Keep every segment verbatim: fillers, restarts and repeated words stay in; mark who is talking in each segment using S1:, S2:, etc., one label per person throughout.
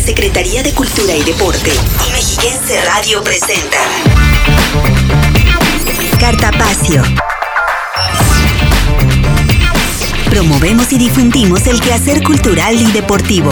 S1: Secretaría de Cultura y Deporte y Mexiquense Radio presenta Cartapacio. Promovemos y difundimos el quehacer cultural y deportivo.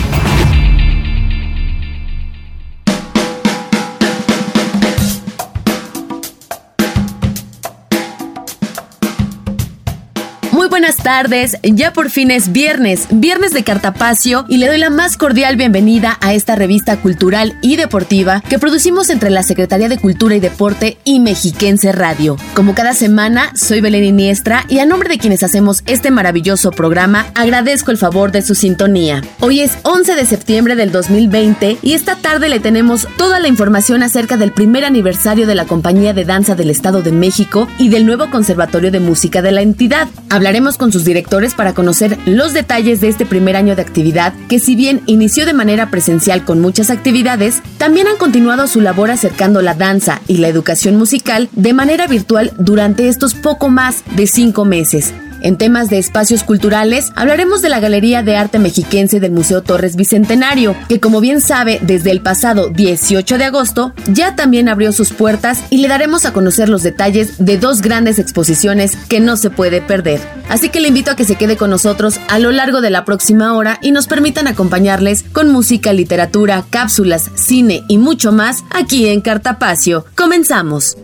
S2: Muy buenas tardes, ya por fin es viernes, viernes de Cartapacio, y le doy la más cordial bienvenida a esta revista cultural y deportiva que producimos entre la Secretaría de Cultura y Deporte y Mexiquense Radio. Como cada semana, soy Belén Iniestra y a nombre de quienes hacemos este maravilloso programa, agradezco el favor de su sintonía. Hoy es once de septiembre del dos mil veinte y esta tarde le tenemos toda la información acerca del primer aniversario de la Compañía de Danza del Estado de México y del nuevo Conservatorio de Música de la entidad. Hablaremos con sus directores para conocer los detalles de este primer año de actividad que, si bien inició de manera presencial con muchas actividades, también han continuado su labor acercando la danza y la educación musical de manera virtual durante estos poco más de cinco meses. En temas de espacios culturales, hablaremos de la Galería de Arte Mexiquense del Museo Torres Bicentenario, que, como bien sabe, desde el pasado dieciocho de agosto ya también abrió sus puertas, y le daremos a conocer los detalles de dos grandes exposiciones que no se puede perder. Así que le invito a que se quede con nosotros a lo largo de la próxima hora y nos permitan acompañarles con música, literatura, cápsulas, cine y mucho más aquí en Cartapacio. ¡Comenzamos!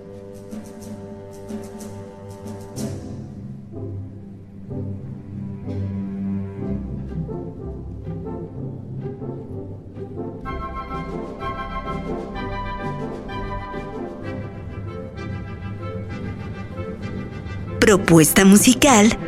S1: Propuesta musical.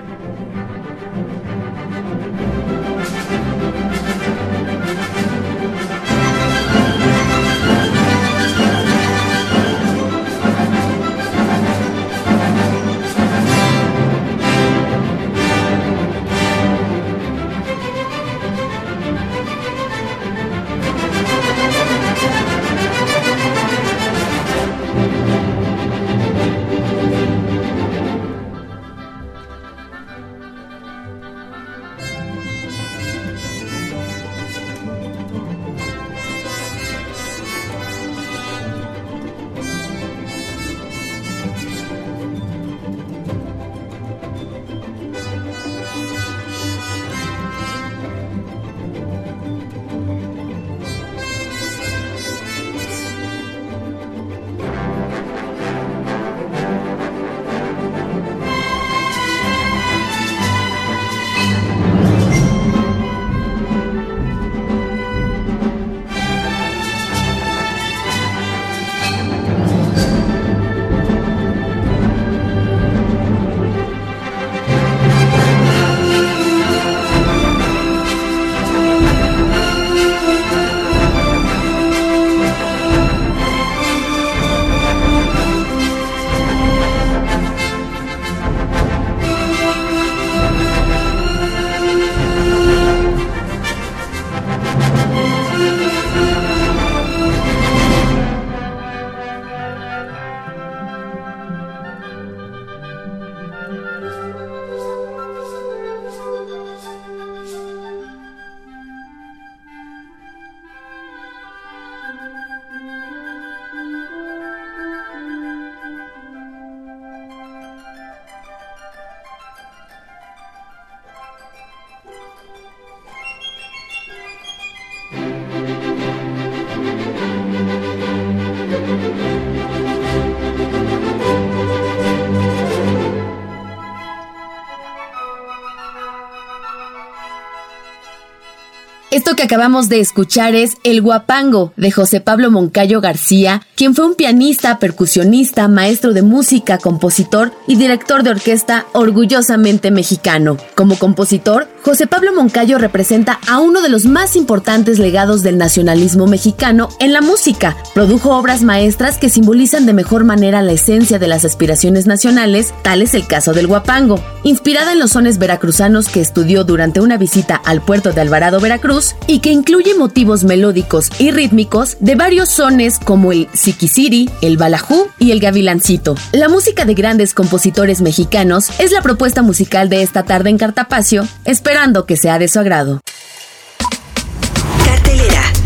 S2: Esto que acabamos de escuchar es El Guapango, de José Pablo Moncayo García, quien fue un pianista, percusionista, maestro de música, compositor y director de orquesta orgullosamente mexicano. Como compositor, José Pablo Moncayo representa a uno de los más importantes legados del nacionalismo mexicano en la música. Produjo obras maestras que simbolizan de mejor manera la esencia de las aspiraciones nacionales, tal es el caso del Guapango. Inspirada en los sones veracruzanos que estudió durante una visita al puerto de Alvarado, Veracruz, y que incluye motivos melódicos y rítmicos de varios sones como el siquisiri, el balajú y el gavilancito. La música de grandes compositores mexicanos es la propuesta musical de esta tarde en Cartapacio, esperando que sea de su agrado.
S1: Cartelera.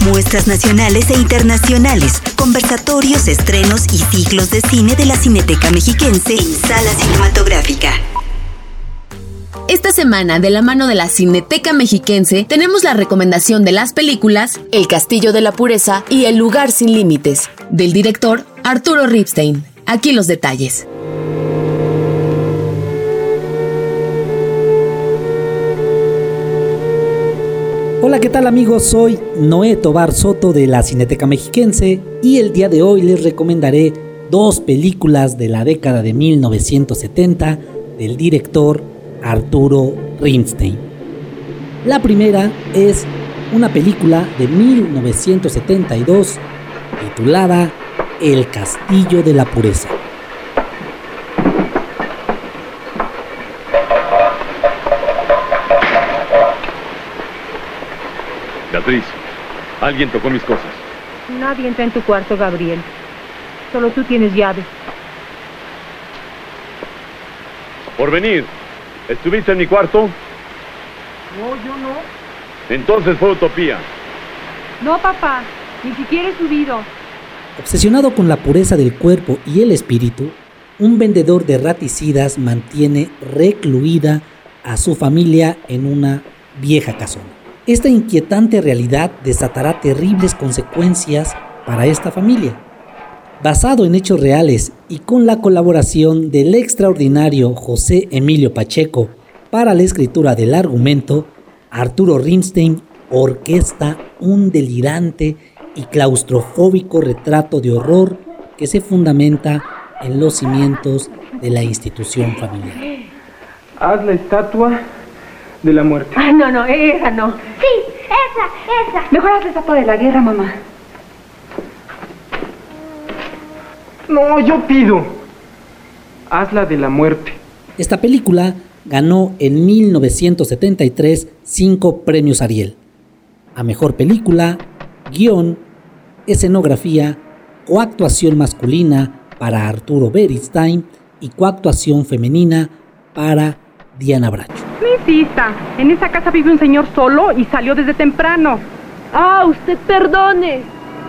S1: Muestras nacionales e internacionales, conversatorios, estrenos y ciclos de cine de la Cineteca Mexiquense en Sala Cinematográfica.
S2: Esta semana, de la mano de la Cineteca Mexiquense, tenemos la recomendación de las películas El Castillo de la Pureza y El Lugar sin Límites, del director Arturo Ripstein. Aquí los detalles.
S3: Hola, ¿qué tal amigos? Soy Noé Tobar Soto de la Cineteca Mexiquense y el día de hoy les recomendaré dos películas de la década de mil novecientos setenta del director Arturo Ripstein. La primera es una película de mil novecientos setenta y dos titulada El Castillo de la Pureza.
S4: Beatriz, alguien tocó mis cosas.
S5: Nadie entra en tu cuarto, Gabriel. Solo tú tienes llave.
S4: Por venir, ¿estuviste en mi cuarto?
S5: No, yo no.
S4: Entonces fue utopía.
S5: No, papá, ni siquiera he subido.
S3: Obsesionado con la pureza del cuerpo y el espíritu, un vendedor de raticidas mantiene recluida a su familia en una vieja casona. Esta inquietante realidad desatará terribles consecuencias para esta familia. Basado en hechos reales y con la colaboración del extraordinario José Emilio Pacheco para la escritura del argumento, Arturo Ripstein orquesta un delirante y claustrofóbico retrato de horror que se fundamenta en los cimientos de la institución familiar.
S6: Haz la estatua de la muerte.
S5: Ah, no, no, esa no.
S7: Sí, esa, esa.
S5: Mejor haz la estatua de la guerra, mamá.
S6: No, yo pido. Haz la de la muerte.
S3: Esta película ganó en mil novecientos setenta y tres cinco premios Ariel. A mejor película, guión, escenografía, coactuación masculina para Arturo Ripstein y coactuación femenina para Diana Bracho.
S5: No insista. En esa casa vive un señor solo y salió desde temprano. Ah, usted perdone.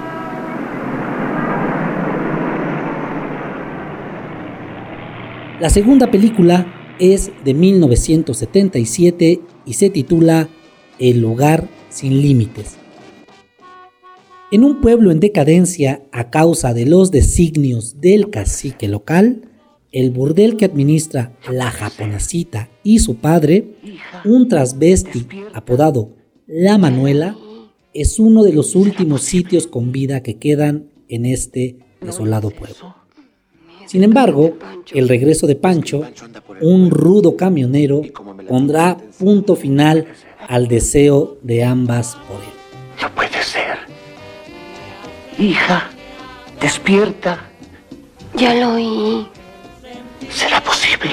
S3: La segunda película es de mil novecientos setenta y siete y se titula El Lugar sin Límites. En un pueblo en decadencia a causa de los designios del cacique local, el burdel que administra la japonesita y su padre, un transvesti apodado La Manuela, es uno de los últimos sitios con vida que quedan en este desolado pueblo. Sin embargo, el regreso de Pancho, un rudo camionero, pondrá punto final al deseo de ambas por él.
S8: No puede ser. Hija, despierta.
S7: Ya lo oí.
S8: ¿Será posible?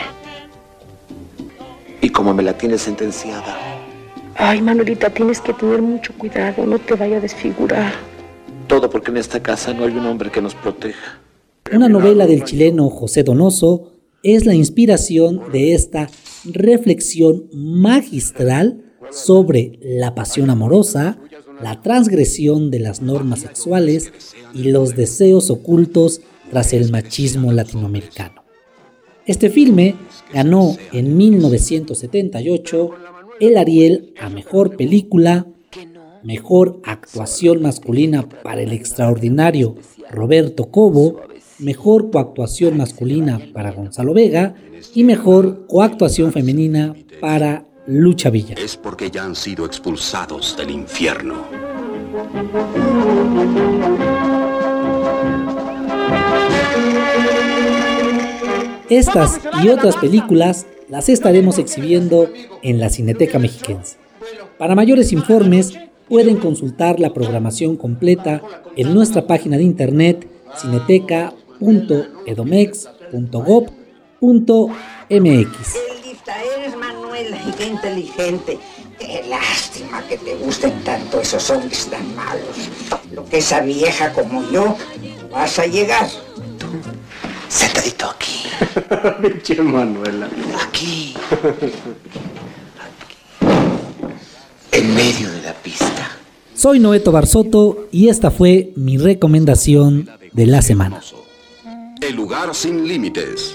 S8: ¿Y cómo me la tienes sentenciada?
S9: Ay, Manuelita, tienes que tener mucho cuidado, no te vaya a desfigurar.
S8: Todo porque en esta casa no hay un hombre que nos proteja.
S3: Una novela del chileno José Donoso es la inspiración de esta reflexión magistral sobre la pasión amorosa, la transgresión de las normas sexuales y los deseos ocultos tras el machismo latinoamericano. Este filme ganó en mil novecientos setenta y ocho el Ariel a Mejor Película, Mejor Actuación Masculina para el extraordinario Roberto Cobo, Mejor Coactuación Masculina para Gonzalo Vega y Mejor Coactuación Femenina para Lucha Villa.
S10: Es porque ya han sido expulsados del infierno.
S3: Estas y otras películas las estaremos exhibiendo en la Cineteca Mexiquense. Para mayores informes pueden consultar la programación completa en nuestra página de internet cineteca punto edomex punto gob punto mx.
S11: Qué lista eres, Manuela, y qué inteligente. Qué lástima que te gusten tanto esos hombres tan malos. Lo que esa vieja como yo vas a llegar.
S8: Tú, sentadito aquí.
S6: Pinche Manuela.
S8: Aquí. Aquí. En medio de la pista.
S3: Soy Noeto Barzotto y esta fue mi recomendación de la semana.
S10: El lugar sin límites.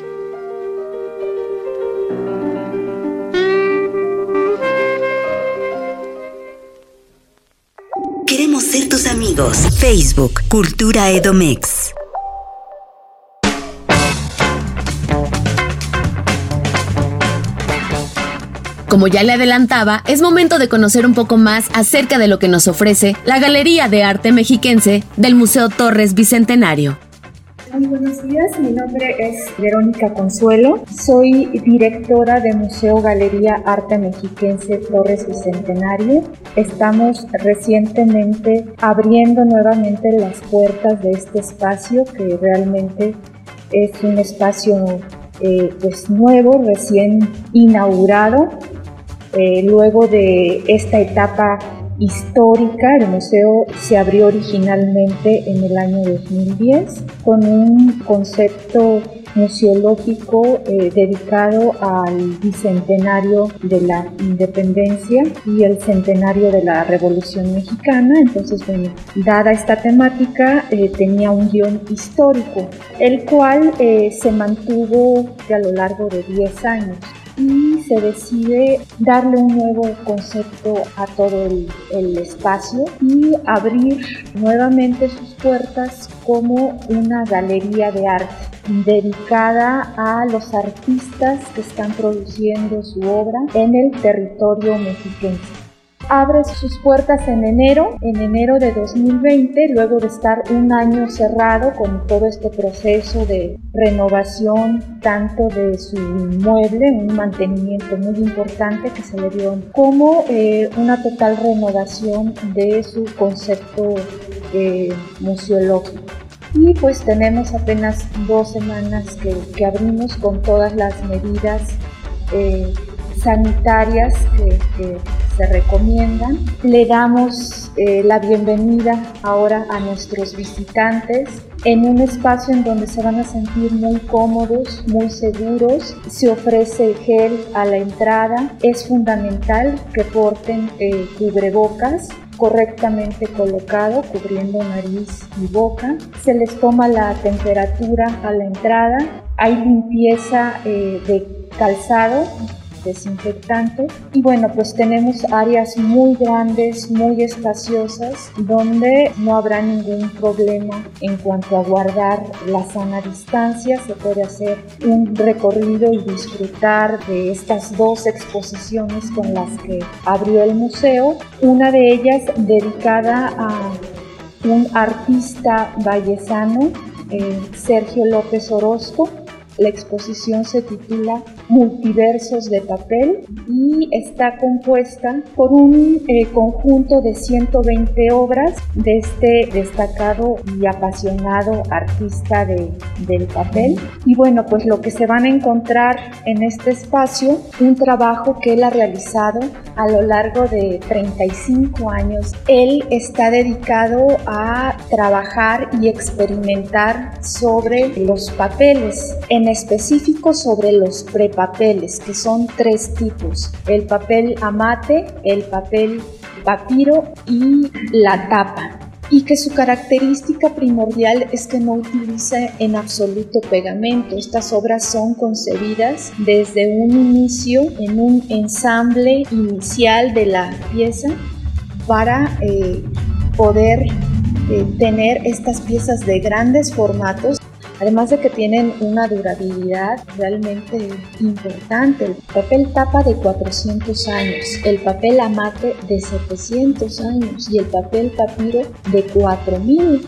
S1: Queremos ser tus amigos. Facebook, Cultura Edomex.
S2: Como ya le adelantaba, es momento de conocer un poco más acerca de lo que nos ofrece la Galería de Arte Mexiquense del Museo Torres Bicentenario.
S12: Muy buenos días, mi nombre es Verónica Consuelo, soy directora de Museo Galería Arte Mexiquense Torres Bicentenario. Estamos recientemente abriendo nuevamente las puertas de este espacio, que realmente es un espacio eh, pues nuevo, recién inaugurado. Eh, luego de esta etapa histórica, el museo se abrió originalmente en el año dos mil diez con un concepto museológico eh, dedicado al bicentenario de la independencia y el centenario de la Revolución Mexicana. Entonces, bueno, dada esta temática, eh, tenía un guión histórico, el cual eh, se mantuvo a lo largo de diez años. Y se decide darle un nuevo concepto a todo el, el espacio y abrir nuevamente sus puertas como una galería de arte dedicada a los artistas que están produciendo su obra en el territorio mexiquense. Abre sus puertas en enero, en enero de dos mil veinte, luego de estar un año cerrado con todo este proceso de renovación tanto de su inmueble, un mantenimiento muy importante que se le dio, como eh, una total renovación de su concepto eh, museológico. Y pues tenemos apenas dos semanas que, que abrimos con todas las medidas eh, sanitarias que, que se recomiendan. Le damos eh, la bienvenida ahora a nuestros visitantes en un espacio en donde se van a sentir muy cómodos, muy seguros. Se ofrece gel a la entrada. Es fundamental que porten eh, cubrebocas correctamente colocado, cubriendo nariz y boca. Se les toma la temperatura a la entrada. Hay limpieza eh, de calzado, desinfectante, y bueno, pues tenemos áreas muy grandes, muy espaciosas, donde no habrá ningún problema en cuanto a guardar la sana distancia. Se puede hacer un recorrido y disfrutar de estas dos exposiciones con las que abrió el museo, una de ellas dedicada a un artista vallesano, eh, Sergio López Orozco. La exposición se titula Multiversos de Papel y está compuesta por un eh, conjunto de ciento veinte obras de este destacado y apasionado artista de, del papel. Y bueno, pues lo que se van a encontrar en este espacio, un trabajo que él ha realizado a lo largo de treinta y cinco años. Él está dedicado a trabajar y experimentar sobre los papeles, en específico sobre los prepapeles, que son tres tipos: el papel amate, el papel papiro y la tapa, y que su característica primordial es que no utiliza en absoluto pegamento. Estas obras son concebidas desde un inicio, en un ensamble inicial de la pieza, para eh, poder eh, tener estas piezas de grandes formatos, además de que tienen una durabilidad realmente importante. El papel tapa de cuatrocientos años, el papel amate de setecientos años y el papel papiro de cuatro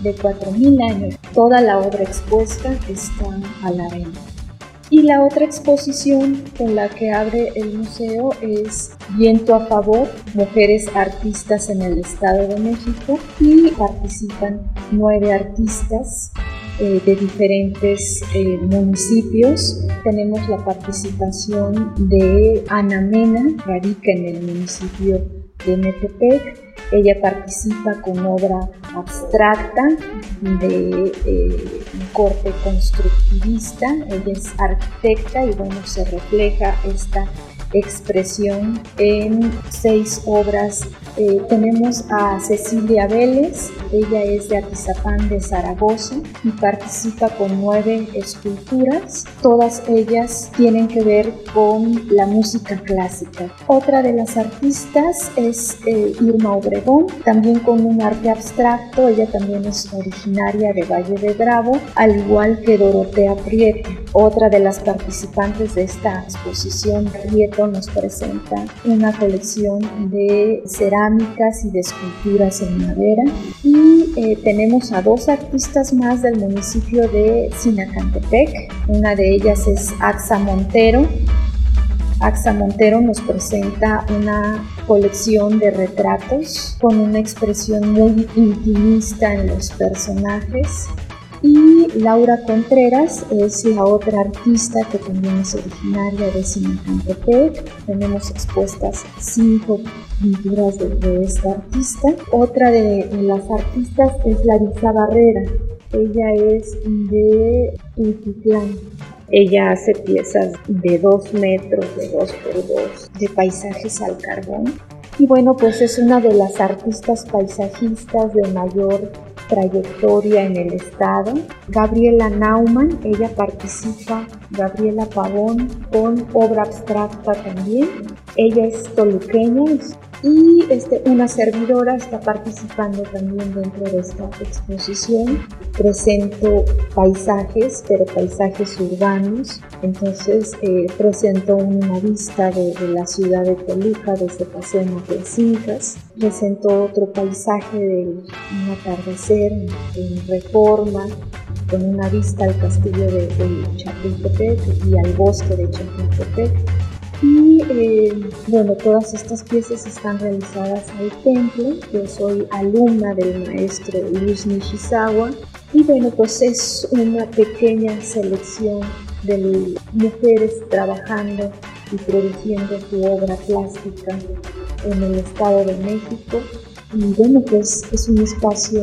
S12: mil años. Toda la obra expuesta está a la venta. Y la otra exposición con la que abre el museo es Viento a Favor, Mujeres Artistas en el Estado de México, y participan nueve artistas eh, de diferentes eh, municipios. Tenemos la participación de Ana Mena, que radica en el municipio de Metepec. Ella participa con obra abstracta de eh, corte constructivista. Ella es arquitecta y bueno, se refleja esta expresión en seis obras. Eh, tenemos a Cecilia Vélez, ella es de Atizapán de Zaragoza y participa con nueve esculturas. Todas ellas tienen que ver con la música clásica. Otra de las artistas es eh, Irma Obregón, también con un arte abstracto. Ella también es originaria de Valle de Bravo, al igual que Dorotea Prieto. Otra de las participantes de esta exposición, Prieto, nos presenta una colección de cerámicas y de esculturas en madera. Y eh, tenemos a dos artistas más del municipio de Sinacantepec. Una de ellas es Axa Montero. Axa Montero nos presenta una colección de retratos con una expresión muy intimista en los personajes. Y Laura Contreras es la otra artista que también es originaria de Sinacantepec. Tenemos expuestas cinco pinturas de, de esta artista. Otra de, de las artistas es Larisa Barrera. Ella es de Tultitlán. Ella hace piezas de dos metros, de dos por dos, de paisajes al carbón. Y bueno, pues es una de las artistas paisajistas de mayor trayectoria en el estado. Gabriela Naumann, ella participa, Gabriela Pavón, con obra abstracta también. Ella es toluqueña y este, una servidora está participando también dentro de esta exposición. Presento paisajes, pero paisajes urbanos. Entonces eh, presento una vista de, de la ciudad de Toluca desde Paseo Matecincas. Presento otro paisaje de un atardecer en, en Reforma, con una vista al castillo de, de Chapultepec y al bosque de Chapultepec. Y eh, bueno, todas estas piezas están realizadas al templo. Yo soy alumna del maestro Luis Nishizawa y bueno, pues es una pequeña selección de mujeres trabajando y produciendo su obra plástica en el Estado de México. Y bueno, pues es un espacio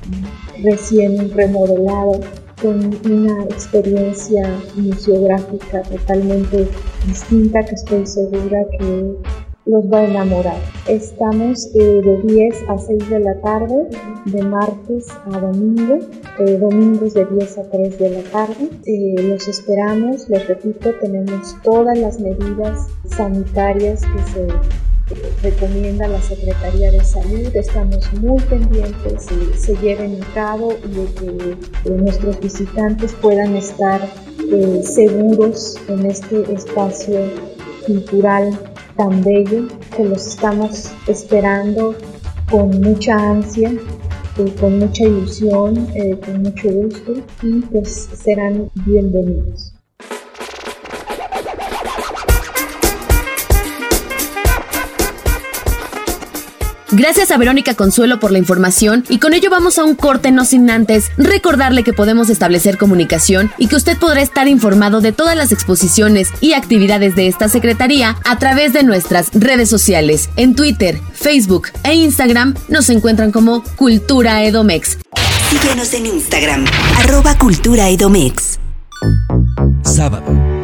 S12: recién remodelado con una experiencia museográfica totalmente distinta que estoy segura que los va a enamorar. Estamos eh, de diez a seis de la tarde, de martes a domingo, eh, domingos de diez a tres de la tarde. Eh, los esperamos, les repito, tenemos todas las medidas sanitarias que se recomienda la Secretaría de Salud. Estamos muy pendientes de que se lleven a cabo y de que eh, nuestros visitantes puedan estar eh, seguros en este espacio cultural tan bello que los estamos esperando con mucha ansia, eh, con mucha ilusión, eh, con mucho gusto y pues serán bienvenidos.
S2: Gracias a Verónica Consuelo por la información y con ello vamos a un corte, no sin antes recordarle que podemos establecer comunicación y que usted podrá estar informado de todas las exposiciones y actividades de esta secretaría a través de nuestras redes sociales. En Twitter, Facebook e Instagram nos encuentran como Cultura Edomex.
S1: Síguenos en Instagram, arroba Cultura Edomex.
S13: Sábado.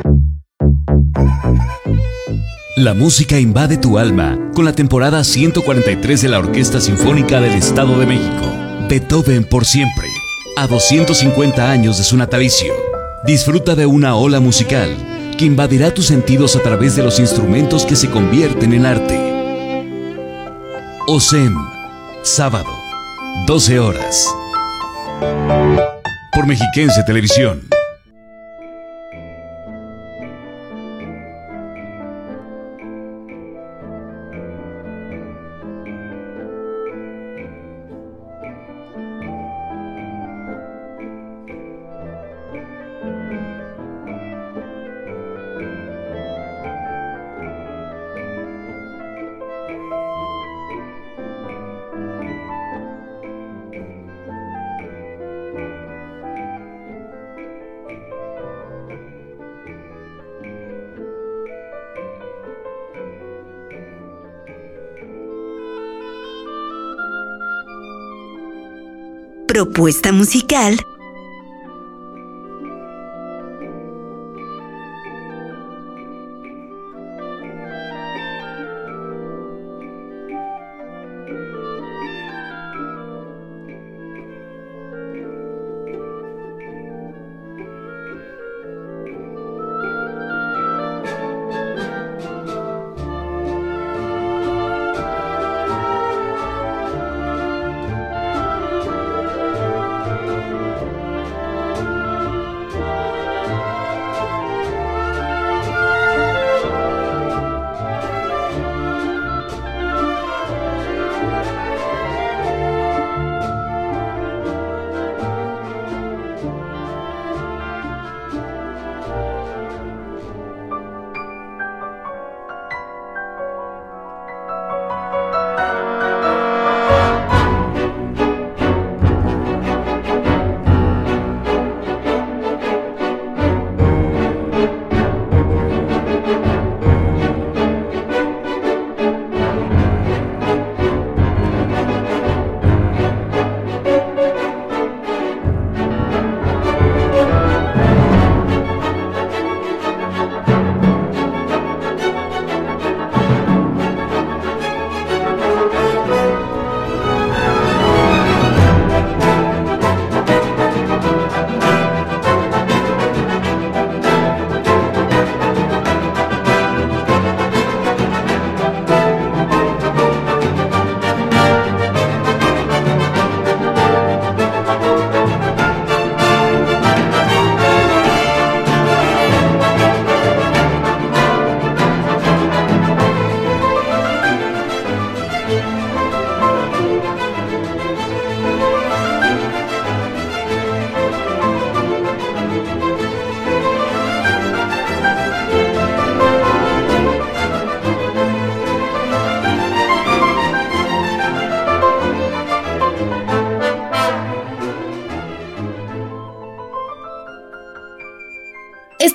S13: La música invade tu alma con la temporada ciento cuarenta y tres de la Orquesta Sinfónica del Estado de México. Beethoven por siempre, a doscientos cincuenta años de su natalicio. Disfruta de una ola musical que invadirá tus sentidos a través de los instrumentos que se convierten en arte. O S E M, sábado, doce horas. Por Mexiquense Televisión.
S1: Propuesta musical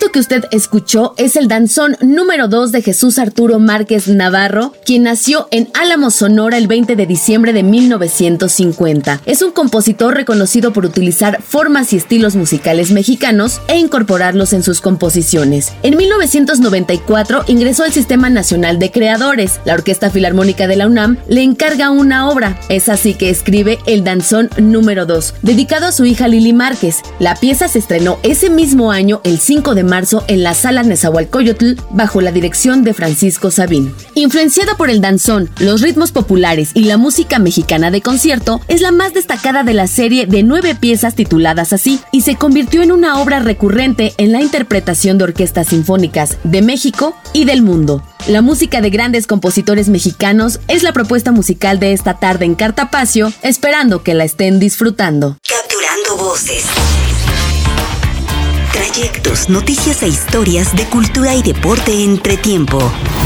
S2: Esto que usted escuchó es el danzón número dos de Jesús Arturo Márquez Navarro, quien nació en Álamos, Sonora, el veinte de diciembre de mil novecientos cincuenta. Es un compositor reconocido por utilizar formas y estilos musicales mexicanos e incorporarlos en sus composiciones. En mil novecientos noventa y cuatro ingresó al Sistema Nacional de Creadores. La Orquesta Filarmónica de la UNAM le encarga una obra. Es así que escribe el danzón número dos, dedicado a su hija Lili Márquez. La pieza se estrenó ese mismo año, el cinco de marzo, en la Sala Nezahualcóyotl, bajo la dirección de Francisco Sabín. Influenciada por el danzón, los ritmos populares y la música mexicana de concierto, es la más destacada de la serie de nueve piezas tituladas así, y se convirtió en una obra recurrente en la interpretación de orquestas sinfónicas de México y del mundo. La música de grandes compositores mexicanos es la propuesta musical de esta tarde en Cartapacio, esperando que la estén disfrutando.
S1: Capturando voces, trayectos, noticias e historias de cultura y deporte entre tiempo.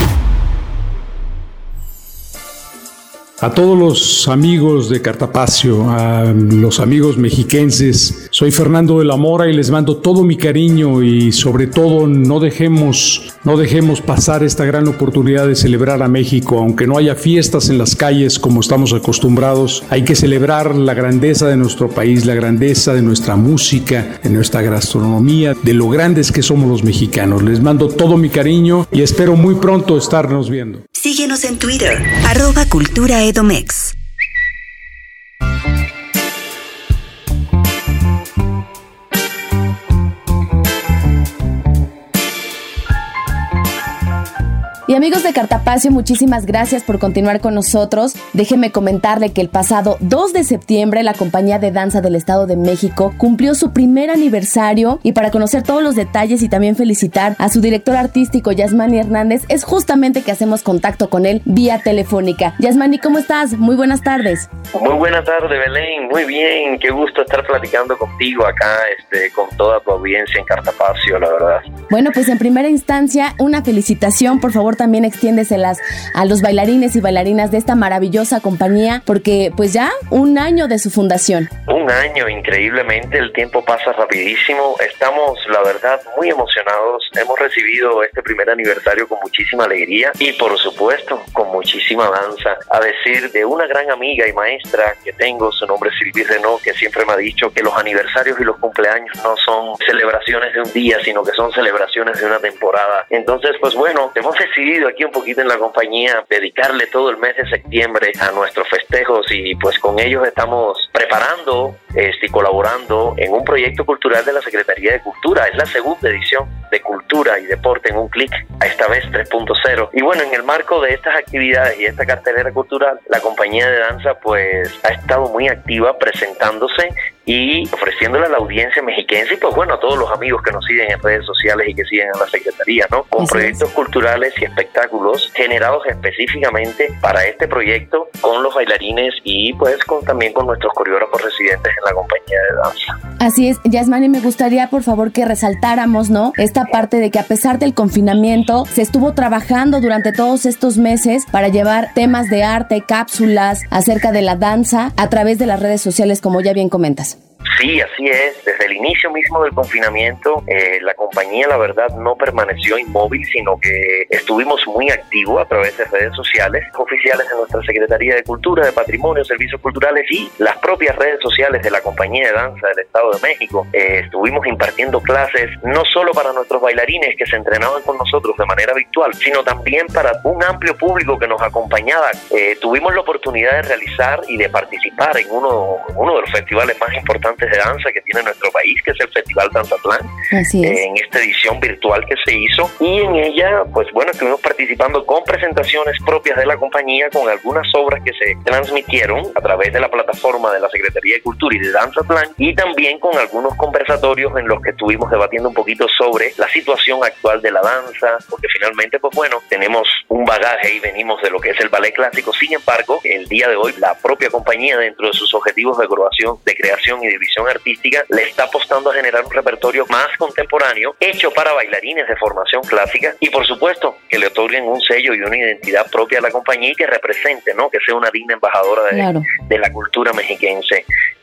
S14: A todos los amigos de Cartapacio, a los amigos mexiquenses, soy Fernando de la Mora y les mando todo mi cariño y sobre todo no dejemos, no dejemos pasar esta gran oportunidad de celebrar a México. Aunque no haya fiestas en las calles como estamos acostumbrados, hay que celebrar la grandeza de nuestro país, la grandeza de nuestra música, de nuestra gastronomía, de lo grandes que somos los mexicanos. Les mando todo mi cariño y espero muy pronto estarnos viendo.
S1: Síguenos en Twitter, arroba Cultura Edomex.
S2: Y amigos de Cartapacio, muchísimas gracias por continuar con nosotros. Déjeme comentarle que el pasado dos de septiembre la Compañía de Danza del Estado de México cumplió su primer aniversario, y para conocer todos los detalles y también felicitar a su director artístico Yasmani Hernández, es justamente que hacemos contacto con él vía telefónica. Yasmani, ¿cómo estás? Muy buenas tardes.
S15: Muy buena tarde, Belén. Muy bien, qué gusto estar platicando contigo acá, este, con toda tu audiencia en Cartapacio, la verdad.
S2: Bueno, pues en primera instancia, una felicitación, por favor, también extiéndeselas a los bailarines y bailarinas de esta maravillosa compañía, porque pues ya un año de su fundación.
S15: Un año, increíblemente, el tiempo pasa rapidísimo. Estamos, la verdad, muy emocionados. Hemos recibido este primer aniversario con muchísima alegría y, por supuesto, con muchísima danza. A decir de una gran amiga y maestra que tengo, su nombre es Sylvie Renaud, que siempre me ha dicho que los aniversarios y los cumpleaños no son celebraciones de un día, sino que son celebraciones de una temporada. Entonces, pues bueno, hemos decidido aquí un poquito en la compañía dedicarle todo el mes de septiembre a nuestros festejos, y pues con ellos estamos preparando este, y colaborando en un proyecto cultural de la Secretaría de Cultura. Es la segunda edición de Cultura y Deporte en un clic, a esta vez tres punto cero. Y bueno, en el marco de estas actividades y esta cartelera cultural, la compañía de danza pues ha estado muy activa presentándose y ofreciéndole a la audiencia mexiquense y pues bueno, a todos los amigos que nos siguen en redes sociales y que siguen a la Secretaría, ¿no? Con proyectos culturales y espectáculos generados específicamente para este proyecto, con los bailarines y pues con, también con nuestros coreógrafos residentes en la compañía de danza.
S2: Así es, Yasmani, me gustaría por favor que resaltáramos, ¿no?, esta parte de que a pesar del confinamiento se estuvo trabajando durante todos estos meses para llevar temas de arte, cápsulas acerca de la danza a través de las redes sociales, como ya bien comentas.
S15: Sí, así es. Desde el inicio mismo del confinamiento, eh, la compañía, la verdad, no permaneció inmóvil, sino que estuvimos muy activos a través de redes sociales oficiales de nuestra Secretaría de Cultura, de Patrimonio, Servicios Culturales y las propias redes sociales de la Compañía de Danza del Estado de México. Eh, estuvimos impartiendo clases no solo para nuestros bailarines que se entrenaban con nosotros de manera virtual, sino también para un amplio público que nos acompañaba. Eh, tuvimos la oportunidad de realizar y de participar en uno, uno de los festivales más importantes de danza que tiene nuestro país, que es el Festival Danzatlán.
S2: Así es.
S15: Eh, en esta edición virtual que se hizo, y en ella pues bueno, estuvimos participando con presentaciones propias de la compañía, con algunas obras que se transmitieron a través de la plataforma de la Secretaría de Cultura y de Danzatlán, y también con algunos conversatorios en los que estuvimos debatiendo un poquito sobre la situación actual de la danza, porque finalmente pues bueno, tenemos un bagaje y venimos de lo que es el ballet clásico. Sin embargo, el día de hoy la propia compañía, dentro de sus objetivos de creación, de creación y de visión artística, le está apostando a generar un repertorio más contemporáneo, hecho para bailarines de formación clásica, y por supuesto que le otorguen un sello y una identidad propia a la compañía y que represente, ¿no?, que sea una digna embajadora de, claro. de la cultura mexiquense.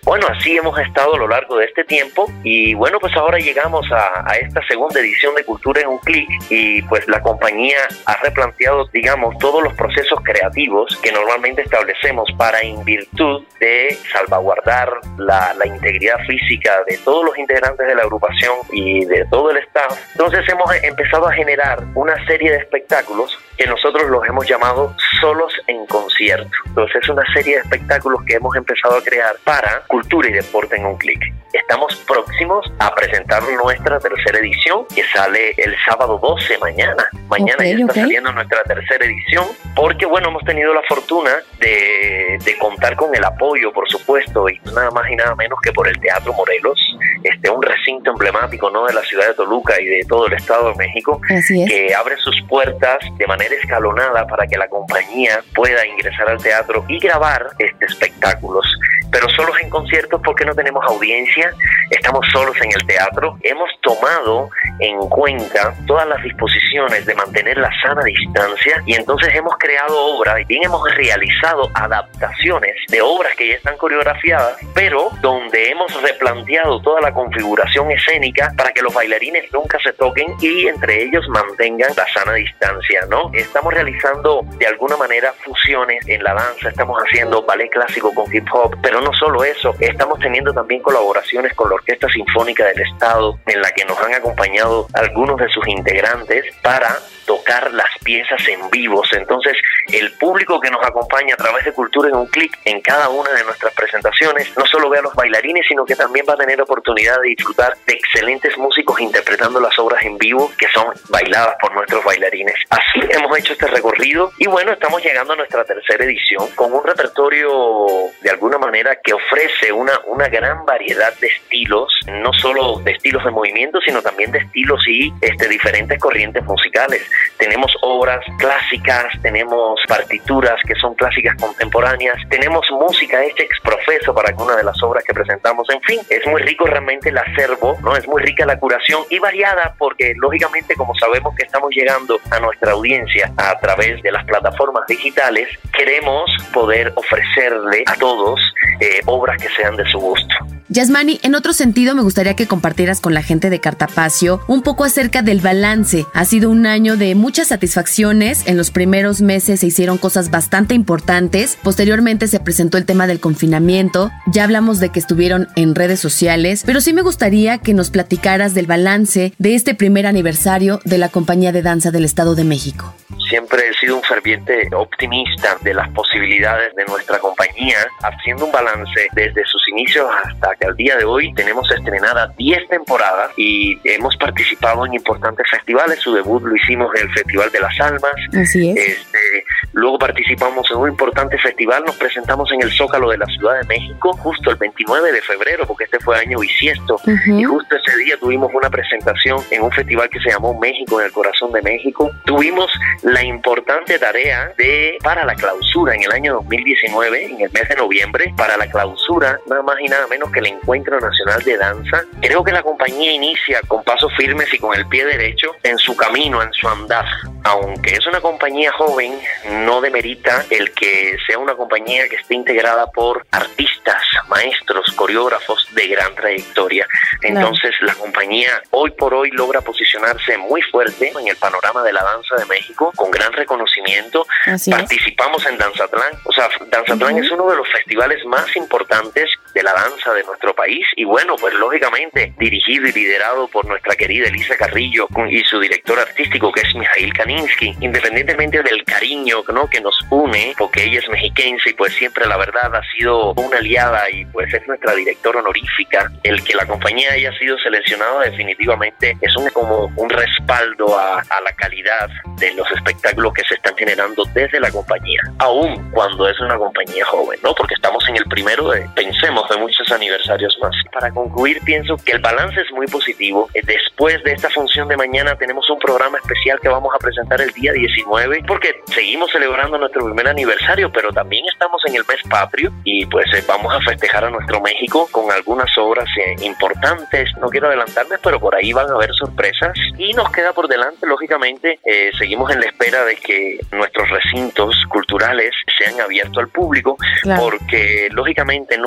S15: Bueno, así hemos estado a lo largo de este tiempo y bueno, pues ahora llegamos a, a esta segunda edición de Cultura en un Clic y pues la compañía ha replanteado, digamos, todos los procesos creativos que normalmente establecemos para, en virtud de salvaguardar la, la integridad física de todos los integrantes de la agrupación y de todo el staff. Entonces hemos empezado a generar una serie de espectáculos que nosotros los hemos llamado Solos en Concierto. Entonces es una serie de espectáculos que hemos empezado a crear para cultura y deporte en un clic. Estamos próximos a presentar nuestra tercera edición que sale el sábado doce, mañana. Mañana okay, ya está okay. saliendo nuestra tercera edición porque, bueno, hemos tenido la fortuna de, de contar con el apoyo, por supuesto, y nada más y nada menos que por el Teatro Morelos, este, un recinto emblemático, ¿no?, de la ciudad de Toluca y de todo el Estado de México,
S2: Así es.
S15: que abre sus puertas de manera escalonada para que la compañía pueda ingresar al teatro y grabar este espectáculos. Pero solos en conciertos porque no tenemos audiencia, estamos solos en el teatro. Hemos tomado en cuenta todas las disposiciones de mantener la sana distancia y entonces hemos creado obras y bien hemos realizado adaptaciones de obras que ya están coreografiadas, pero donde hemos replanteado toda la configuración escénica para que los bailarines nunca se toquen y entre ellos mantengan la sana distancia, ¿no? Estamos realizando de alguna manera fusiones en la danza, estamos haciendo ballet clásico con hip hop, pero no solo eso, estamos teniendo también colaboraciones con la Orquesta Sinfónica del Estado, en la que nos han acompañado algunos de sus integrantes para tocar las piezas en vivos. Entonces, el público que nos acompaña a través de Cultura en un Clic en cada una de nuestras presentaciones, no solo ve a los bailarines, sino que también va a tener oportunidad de disfrutar de excelentes músicos interpretando las obras en vivo que son bailadas por nuestros bailarines. Así hemos hecho este recorrido y bueno, estamos llegando a nuestra tercera edición con un repertorio de alguna manera que ofrece una, una gran variedad de estilos, no solo de estilos de movimiento, sino también de estilos y este, diferentes corrientes musicales. Tenemos obras clásicas, tenemos partituras que son clásicas contemporáneas, tenemos música hecha ex profeso para alguna de las obras que presentamos. En fin, es muy rico realmente el acervo, ¿no? Es muy rica la curación y variada porque lógicamente, como sabemos que estamos llegando a nuestra audiencia a través de las plataformas digitales, queremos poder ofrecerle a todos eh, obras que sean de su gusto.
S2: Yasmani, en otro sentido me gustaría que compartieras con la gente de Cartapacio un poco acerca del balance. Ha sido un año de muchas satisfacciones. En los primeros meses se hicieron cosas bastante importantes. Posteriormente se presentó el tema del confinamiento. Ya hablamos de que estuvieron en redes sociales, pero sí me gustaría que nos platicaras del balance de este primer aniversario de la Compañía de Danza del Estado de México.
S15: Siempre he sido un ferviente optimista de las posibilidades de nuestra compañía, haciendo un balance desde sus inicios hasta que al día de hoy tenemos estrenadas diez temporadas y hemos participado en importantes festivales. Su debut lo hicimos en el Festival de las Almas.
S2: Así es.
S15: Este, luego participamos en un importante festival, nos presentamos en el Zócalo de la Ciudad de México justo el veintinueve de febrero, porque este fue año bisiesto, uh-huh. y justo ese día tuvimos una presentación en un festival que se llamó México en el Corazón de México. Tuvimos la importante tarea de, para la clausura en el año dos mil diecinueve, en el mes de noviembre, para la clausura, nada más y nada menos que el Encuentro Nacional de Danza. Creo que la compañía inicia con pasos firmes y con el pie derecho en su camino, en su andar. Aunque es una compañía joven, no demerita el que sea una compañía que esté integrada por artistas, maestros, coreógrafos de gran trayectoria. Entonces, no. la compañía hoy por hoy logra posicionarse muy fuerte en el panorama de la danza de México, con gran reconocimiento. Así Participamos es. en Danzatlán. O sea, Danzatlán uh-huh. es uno de los festivales más importantes de la danza de nuestro país y bueno, pues lógicamente dirigido y liderado por nuestra querida Elisa Carrillo y su director artístico, que es Mijail Kaninsky. Independientemente del cariño, ¿no?, que nos une, porque ella es mexiquense y pues siempre la verdad ha sido una aliada y pues es nuestra directora honorífica, el que la compañía haya sido seleccionada definitivamente es un, como un respaldo a, a la calidad de los espectáculos que se están generando desde la compañía, aún cuando es una compañía joven, ¿no? Porque estamos en el primero de, pensemos, de muchos aniversarios más. Para concluir, pienso que el balance es muy positivo. Después de esta función de mañana tenemos un programa especial que vamos a presentar el día diecinueve, porque seguimos celebrando nuestro primer aniversario, pero también estamos en el mes patrio y pues eh, vamos a festejar a nuestro México con algunas obras eh, importantes. No quiero adelantarme, pero por ahí van a haber sorpresas y nos queda por delante, lógicamente, eh, seguimos en la espera de que nuestros recintos culturales sean abiertos al público, claro. porque lógicamente no hay como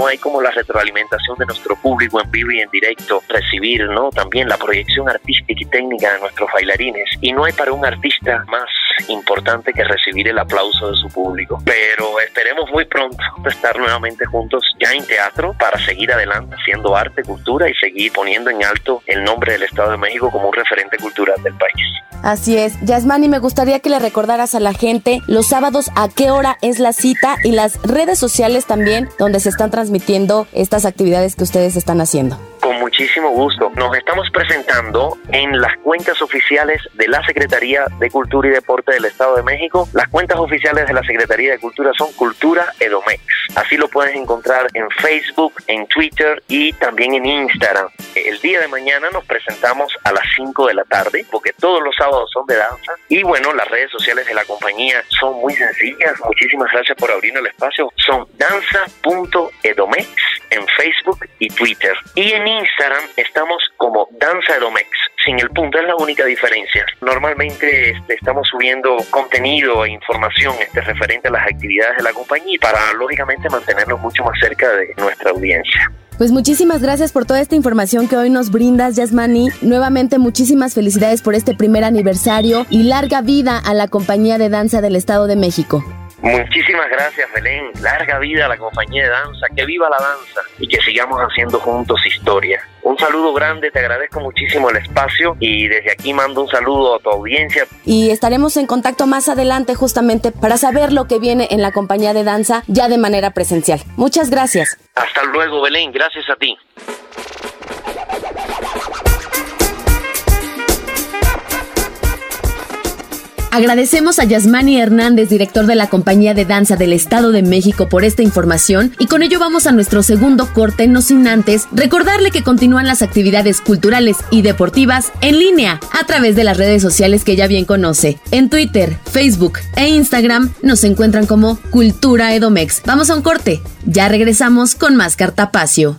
S15: la retroalimentación de nuestro público en vivo y en directo, recibir, ¿no?, también la proyección artística y técnica de nuestros bailarines. Y no hay para un artista más importante que recibir el aplauso de su público. Pero esperemos muy pronto estar nuevamente juntos ya en teatro para seguir adelante haciendo arte, cultura y seguir poniendo en alto el nombre del Estado de México como un referente cultural del país.
S2: Así es. Yasmani, me gustaría que le recordaras a la gente los sábados a qué hora es la cita y las redes sociales también donde se están transmitiendo estas actividades que ustedes están haciendo.
S15: Con muchísimo gusto. Nos estamos presentando en las cuentas oficiales de la Secretaría de Cultura y Deporte del Estado de México. Las cuentas oficiales de la Secretaría de Cultura son Cultura Edomex. Así lo puedes encontrar en Facebook, en Twitter y también en Instagram. El día de mañana nos presentamos a las cinco de la tarde, porque todos los sábados son de danza. Y bueno, las redes sociales de la compañía son muy sencillas. Muchísimas gracias por abrir el espacio. Son danza punto edomex en Facebook y Twitter. Y en Instagram estamos como Danza Edomex, sin el punto, es la única diferencia. Normalmente este, estamos subiendo contenido e información este, referente a las actividades de la compañía para, lógicamente, mantenernos mucho más cerca de nuestra audiencia.
S2: Pues muchísimas gracias por toda esta información que hoy nos brindas, Yasmani. Nuevamente, muchísimas felicidades por este primer aniversario y larga vida a la Compañía de Danza del Estado de México.
S15: Muchísimas gracias, Belén. Larga vida a la compañía de danza, que viva la danza y que sigamos haciendo juntos historia. Un saludo grande, te agradezco muchísimo el espacio y desde aquí mando un saludo a tu audiencia.
S2: Y estaremos en contacto más adelante justamente para saber lo que viene en la compañía de danza ya de manera presencial. Muchas gracias.
S15: Hasta luego, Belén. Gracias a ti.
S2: Agradecemos a Yasmani Hernández, director de la Compañía de Danza del Estado de México, por esta información y con ello vamos a nuestro segundo corte, no sin antes recordarle que continúan las actividades culturales y deportivas en línea a través de las redes sociales que ya bien conoce. En Twitter, Facebook e Instagram nos encuentran como Cultura Edomex. Vamos a un corte, ya regresamos con más Cartapacio.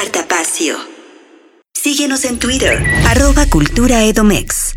S1: Cartapacio. Síguenos en Twitter, arroba Cultura Edomex.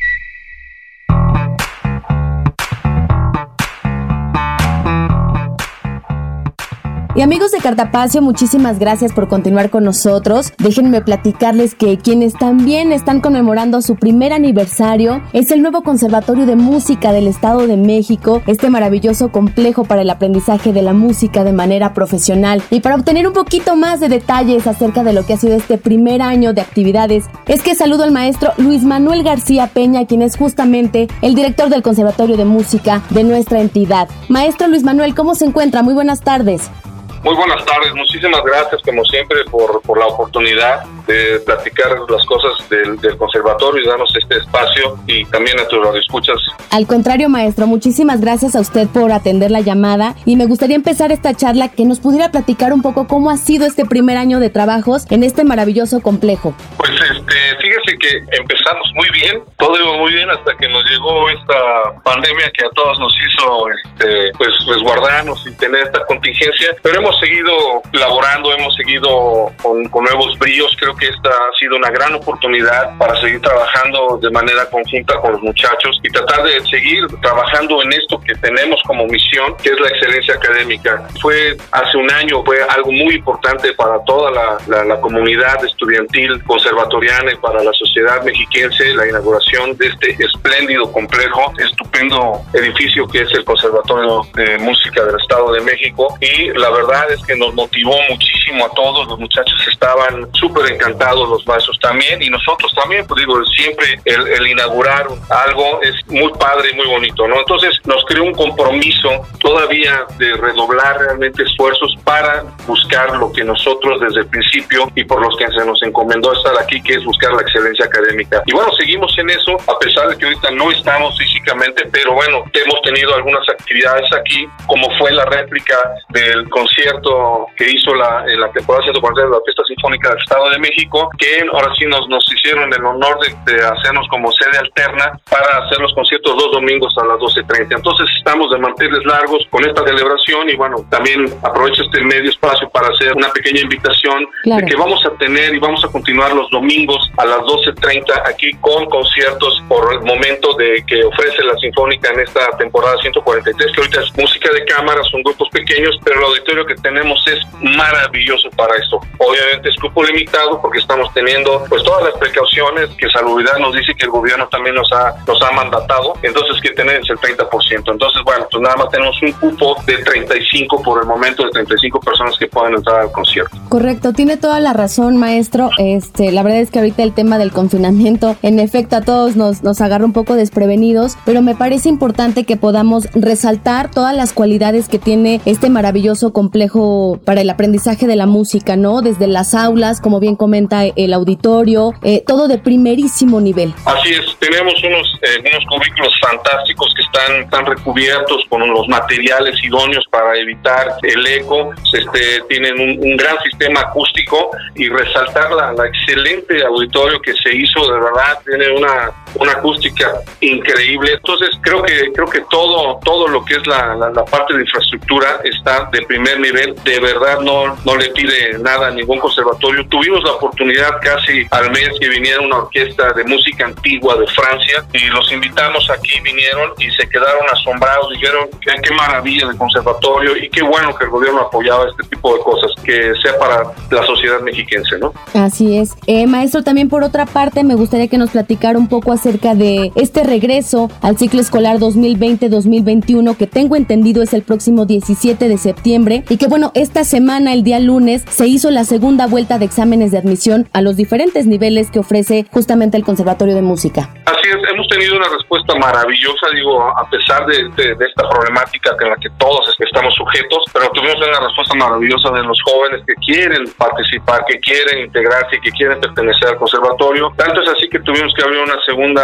S2: Y amigos de Cartapacio, muchísimas gracias por continuar con nosotros. Déjenme platicarles que quienes también están conmemorando su primer aniversario es el nuevo Conservatorio de Música del Estado de México, este maravilloso complejo para el aprendizaje de la música de manera profesional. Y para obtener un poquito más de detalles acerca de lo que ha sido este primer año de actividades, es que saludo al maestro Luis Manuel García Peña, quien es justamente el director del Conservatorio de Música de nuestra entidad. Maestro Luis Manuel, ¿cómo se encuentra? Muy buenas tardes.
S16: Muy buenas tardes, muchísimas gracias como siempre por, por la oportunidad de platicar las cosas del, del conservatorio y darnos este espacio y también a tus radioescuchas.
S2: Al contrario, maestro, muchísimas gracias a usted por atender la llamada y me gustaría empezar esta charla que nos pudiera platicar un poco cómo ha sido este primer año de trabajos en este maravilloso complejo.
S16: Pues este, fíjese que empezamos muy bien, todo iba muy bien hasta que nos llegó esta pandemia que a todos nos hizo este, pues resguardarnos y tener esta contingencia, pero hemos seguido laborando, hemos seguido con, con nuevos bríos. Creo que esta ha sido una gran oportunidad para seguir trabajando de manera conjunta con los muchachos y tratar de seguir trabajando en esto que tenemos como misión, que es la excelencia académica. Fue hace un año, fue algo muy importante para toda la, la, la comunidad estudiantil conservatoriana y para la sociedad mexiquense, la inauguración de este espléndido complejo, estupendo edificio que es el Conservatorio de Música del Estado de México, y la verdad es que nos motivó muchísimo a todos. Los muchachos estaban súper encantados, los maestros también, y nosotros también, pues digo, siempre el, el inaugurar algo es muy padre y muy bonito, ¿no? Entonces nos creó un compromiso todavía de redoblar realmente esfuerzos para buscar lo que nosotros desde el principio y por los que se nos encomendó estar aquí, que es buscar la excelencia académica. Y bueno, seguimos en eso, a pesar de que ahorita no estamos físicamente, pero bueno, hemos tenido algunas actividades aquí, como fue la réplica del concierto que hizo la, en la temporada ciento cuarenta de la Orquesta Sinfónica del Estado de México, que ahora sí nos, nos hicieron el honor de, de hacernos como sede alterna para hacer los conciertos dos domingos a las doce treinta. Entonces estamos de manteles largos con esta celebración y bueno, también aprovecho este medio espacio para hacer una pequeña invitación, claro, de que vamos a tener y vamos a continuar los domingos a las doce treinta aquí con conciertos por el momento de que ofrece la Sinfónica en esta temporada ciento cuarenta y tres, que ahorita es música de cámara, son grupos pequeños, pero el auditorio que tenemos es maravilloso para esto. Obviamente es cupo limitado porque estamos teniendo pues todas las precauciones que Salubridad nos dice que el gobierno también nos ha nos ha mandatado, entonces que tenemos el treinta por ciento. Entonces bueno, pues nada más tenemos un cupo de treinta y cinco por el momento, de treinta y cinco personas que pueden entrar al concierto.
S2: Correcto, tiene toda la razón, maestro. Este, la verdad es que ahorita el tema del confinamiento, en efecto, a todos nos, nos agarra un poco desprevenidos, pero me parece importante que podamos resaltar todas las cualidades que tiene este maravilloso complejo para el aprendizaje de la música, ¿no? Desde las aulas, como bien comenta el auditorio, eh, todo de primerísimo nivel.
S16: Así es, tenemos unos, eh, unos cubículos fantásticos que están, están recubiertos con los materiales idóneos para evitar el eco, este, tienen un, un gran sistema acústico y resaltar la, la excelente auditorio que se hizo, de verdad, tiene una, una acústica increíble. Entonces creo que creo que todo, todo lo que es la, la, la parte de infraestructura está de primer nivel. De verdad no, no le pide nada a ningún conservatorio. Tuvimos la oportunidad casi al mes que viniera una orquesta de música antigua de Francia y los invitamos aquí, vinieron y se quedaron asombrados, dijeron que qué maravilla de conservatorio y qué bueno que el gobierno apoyaba este tipo de cosas, que sea para la sociedad mexiquense, ¿no?
S2: Así es. Eh, maestro, también por otra parte me gustaría que nos platicara un poco acerca de este regreso al ciclo escolar dos mil veinte dos mil veintiuno, que tengo entendido es el próximo diecisiete de septiembre, y que bueno, esta semana, el día lunes, se hizo la segunda vuelta de exámenes de admisión a los diferentes niveles que ofrece justamente el Conservatorio de Música.
S16: Así es, hemos tenido una respuesta maravillosa, digo, a pesar de, de, de esta problemática en la que todos estamos sujetos, pero tuvimos una respuesta maravillosa de los jóvenes que quieren participar, que quieren integrarse y que quieren pertenecer al conservatorio. Tanto es así que tuvimos que abrir una segunda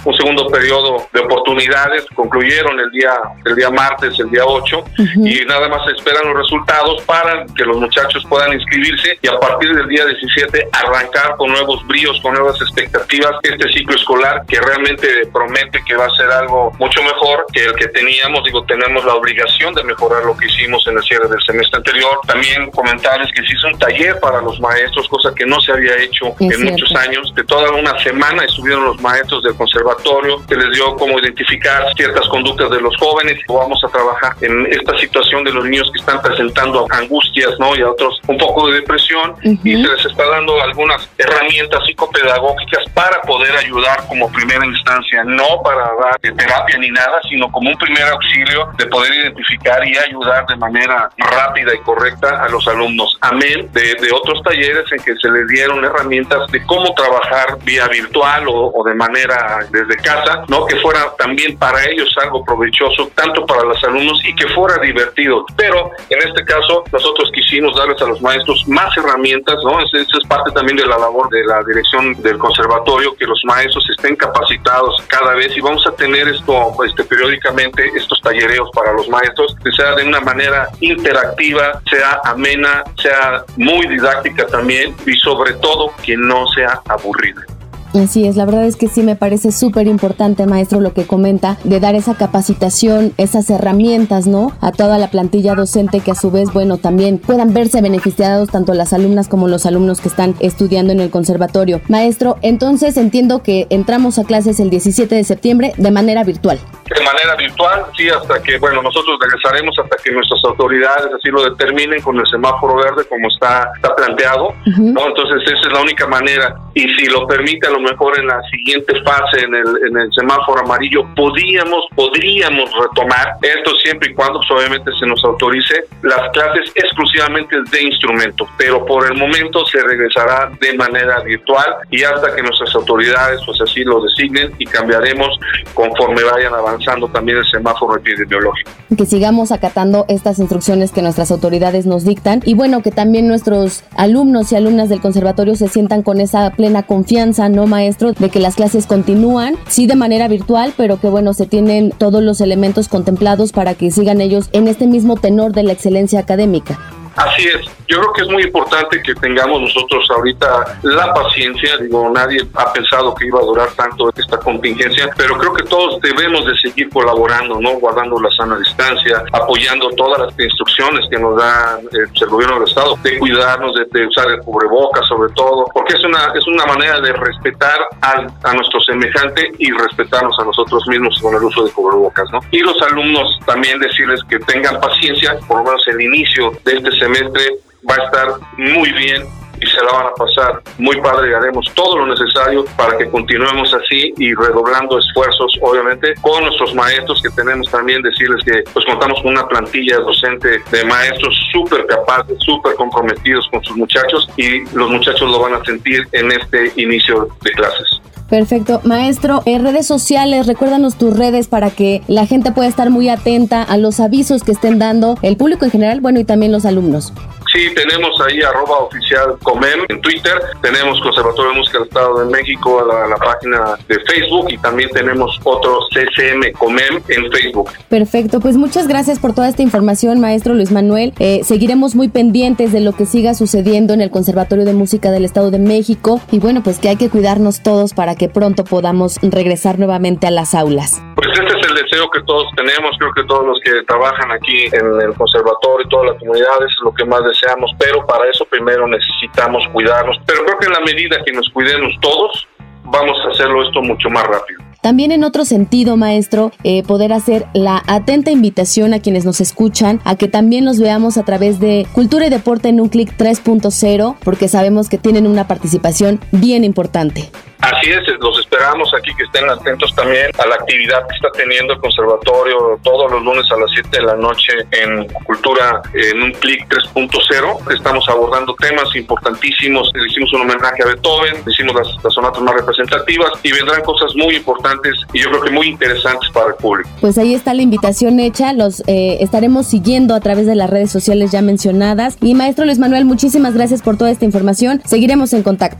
S16: un segundo periodo de oportunidades, concluyeron el día, el día martes, el día ocho, uh-huh. y nada más se esperan los resultados para que los muchachos puedan inscribirse y a partir del día diecisiete arrancar con nuevos bríos, con nuevas expectativas este ciclo escolar que realmente promete que va a ser algo mucho mejor que el que teníamos. Digo, tenemos la obligación de mejorar lo que hicimos en el cierre del semestre anterior. También comentarles que se hizo un taller para los maestros, cosa que no se había hecho es en cierto. muchos años. De toda una semana estuvieron los maestros del conservatorio, se les dio cómo identificar ciertas conductas de los jóvenes. Vamos a trabajar en esta situación de los niños que están presentando angustias, ¿no? Y a otros un poco de depresión, uh-huh. y se les está dando algunas herramientas psicopedagógicas para poder ayudar como primera instancia, no para dar terapia ni nada, sino como un primer auxilio de poder identificar y ayudar de manera rápida y correcta a los alumnos. Amén de, de otros talleres en que se les dieron herramientas de cómo trabajar vía virtual o, o de manera desde casa, ¿no? Que fuera también para ellos algo provechoso, tanto para los alumnos y que fuera divertido. Pero en este caso nosotros quisimos darles a los maestros más herramientas, ¿no? Eso es parte también de la labor de la dirección del conservatorio, que los maestros estén capacitados cada vez, y vamos a tener esto este, periódicamente, estos tallereos para los maestros, que sea de una manera interactiva, sea amena, sea muy didáctica también, y sobre todo que no sea aburrida.
S2: Así es, la verdad es que sí me parece súper importante, maestro, lo que comenta, de dar esa capacitación, esas herramientas, ¿no? A toda la plantilla docente que a su vez, bueno, también puedan verse beneficiados tanto las alumnas como los alumnos que están estudiando en el conservatorio. Maestro, entonces entiendo que entramos a clases el diecisiete de septiembre de manera virtual.
S16: De manera virtual, sí, hasta que, bueno, nosotros regresaremos hasta que nuestras autoridades así lo determinen con el semáforo verde como está, está planteado, uh-huh. ¿no? Entonces esa es la única manera, y si lo permite a lo mejor en la siguiente fase, en el, en el semáforo amarillo, podríamos, podríamos retomar esto siempre y cuando pues, obviamente se nos autorice las clases exclusivamente de instrumento, pero por el momento se regresará de manera virtual y hasta que nuestras autoridades pues así lo designen, y cambiaremos conforme vayan avanzando también el semáforo epidemiológico.
S2: Que sigamos acatando estas instrucciones que nuestras autoridades nos dictan, y bueno, que también nuestros alumnos y alumnas del conservatorio se sientan con esa plena confianza, ¿no, maestro? De que las clases continúan, sí de manera virtual, pero que bueno, se tienen todos los elementos contemplados para que sigan ellos en este mismo tenor de la excelencia académica.
S16: Así es, yo creo que es muy importante que tengamos nosotros ahorita la paciencia. Digo, nadie ha pensado que iba a durar tanto esta contingencia, pero creo que todos debemos de seguir colaborando, ¿no? Guardando la sana distancia, apoyando todas las instrucciones que nos da eh, el gobierno del estado, de cuidarnos, de, de usar el cubrebocas sobre todo, porque es una es una manera de respetar al, a nuestro semejante y respetarnos a nosotros mismos con el uso de cubrebocas, ¿no? Y los alumnos también decirles que tengan paciencia, por lo menos el inicio de este semestre semestre va a estar muy bien y se la van a pasar muy padre, y haremos todo lo necesario para que continuemos así y redoblando esfuerzos, obviamente, con nuestros maestros, que tenemos también decirles que pues contamos con una plantilla docente de maestros súper capaces, súper comprometidos con sus muchachos, y los muchachos lo van a sentir en este inicio de clases.
S2: Perfecto. Maestro, en redes sociales, recuérdanos tus redes para que la gente pueda estar muy atenta a los avisos que estén dando el público en general, bueno, y también los alumnos.
S16: Sí, tenemos ahí arroba oficial Comem en Twitter, tenemos Conservatorio de Música del Estado de México, la, la página de Facebook, y también tenemos otro C C M Comem en Facebook.
S2: Perfecto, pues muchas gracias por toda esta información, maestro Luis Manuel. Eh, seguiremos muy pendientes de lo que siga sucediendo en el Conservatorio de Música del Estado de México, y bueno, pues que hay que cuidarnos todos para que pronto podamos regresar nuevamente a las aulas.
S16: Pues este es el deseo que todos tenemos, creo que todos los que trabajan aquí en el conservatorio y toda la comunidad es lo que más deseamos, pero para eso primero necesitamos cuidarnos, pero creo que en la medida que nos cuidemos todos, vamos a hacerlo esto mucho más rápido.
S2: También en otro sentido, maestro, eh, poder hacer la atenta invitación a quienes nos escuchan a que también los veamos a través de Cultura y Deporte en un Clic tres punto cero, porque sabemos que tienen una participación bien importante.
S16: Así es, los esperamos aquí, que estén atentos también a la actividad que está teniendo el conservatorio todos los lunes a las siete de la noche en Cultura en un Clic tres punto cero. Estamos abordando temas importantísimos. Le hicimos un homenaje a Beethoven, hicimos las, las sonatas más representativas, y vendrán cosas muy importantes y yo creo que muy interesantes para el público.
S2: Pues ahí está la invitación hecha, los eh, estaremos siguiendo a través de las redes sociales ya mencionadas. Y maestro Luis Manuel, muchísimas gracias por toda esta información. Seguiremos en contacto.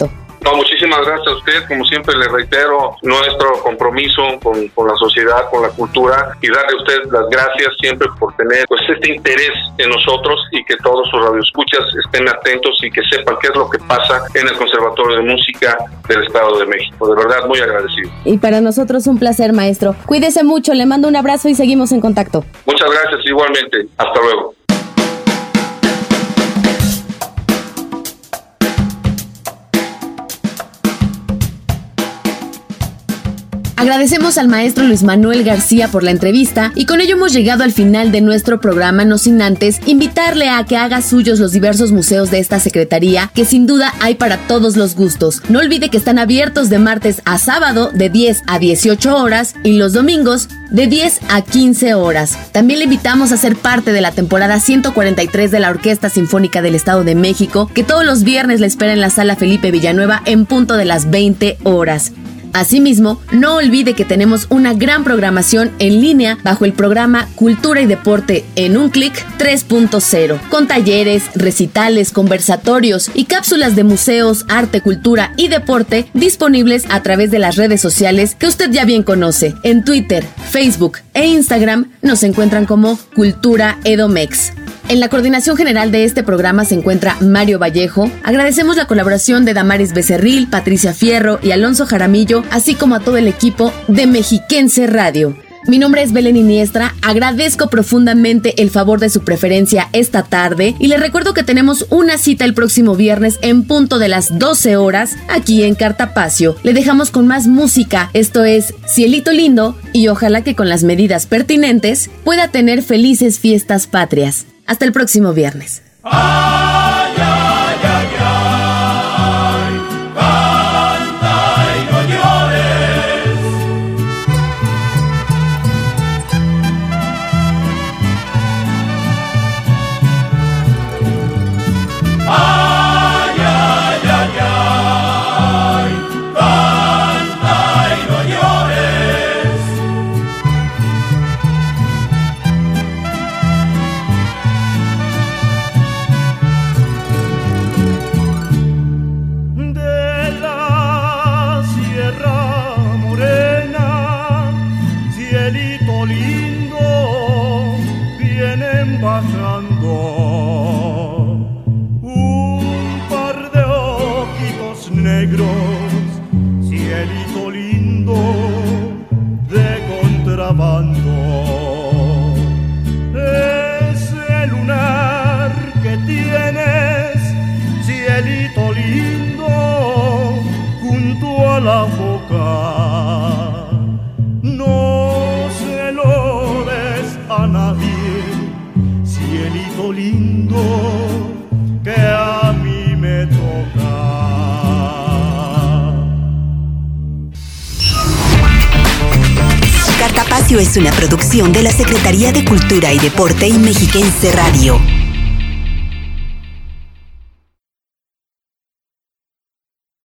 S16: No, muchísimas gracias a usted. Como siempre le reitero nuestro compromiso con, con la sociedad, con la cultura, y darle a usted las gracias siempre por tener pues este interés en nosotros y que todos sus radioescuchas estén atentos y que sepan qué es lo que pasa en el Conservatorio de Música del Estado de México. De verdad, muy agradecido.
S2: Y para nosotros un placer, maestro. Cuídese mucho, le mando un abrazo y seguimos en contacto.
S16: Muchas gracias, igualmente. Hasta luego.
S2: Agradecemos al maestro Luis Manuel García por la entrevista y con ello hemos llegado al final de nuestro programa, no sin antes invitarle a que haga suyos los diversos museos de esta secretaría, que sin duda hay para todos los gustos. No olvide que están abiertos de martes a sábado de diez a dieciocho horas y los domingos de diez a quince horas. También le invitamos a ser parte de la temporada ciento cuarenta y tres de la Orquesta Sinfónica del Estado de México, que todos los viernes le espera en la Sala Felipe Villanueva en punto de las veinte horas. Asimismo, no olvide que tenemos una gran programación en línea bajo el programa Cultura y Deporte en un clic tres punto cero, con talleres, recitales, conversatorios y cápsulas de museos, arte, cultura y deporte disponibles a través de las redes sociales que usted ya bien conoce. En Twitter, Facebook e Instagram nos encuentran como Cultura Edomex. En la coordinación general de este programa se encuentra Mario Vallejo. Agradecemos la colaboración de Damaris Becerril, Patricia Fierro y Alonso Jaramillo, así como a todo el equipo de Mexiquense Radio. Mi nombre es Belén Iniestra, agradezco profundamente el favor de su preferencia esta tarde y les recuerdo que tenemos una cita el próximo viernes en punto de las doce horas aquí en Cartapacio. Le dejamos con más música, esto es Cielito Lindo, y ojalá que con las medidas pertinentes pueda tener felices fiestas patrias. Hasta el próximo viernes.
S17: Ay, ay, ay, ay, canta y no llores. Ay, ay, ay, ay, canta y no llores. Bajando un par de ojitos negros, cielito lindo de contrabando. Ese lunar que tienes, cielito lindo, junto a la boca, no se lo des a nadie. Cielito lindo que a mí me toca.
S1: Cartapacio es una producción de la Secretaría de Cultura y Deporte y Mexiquense Radio.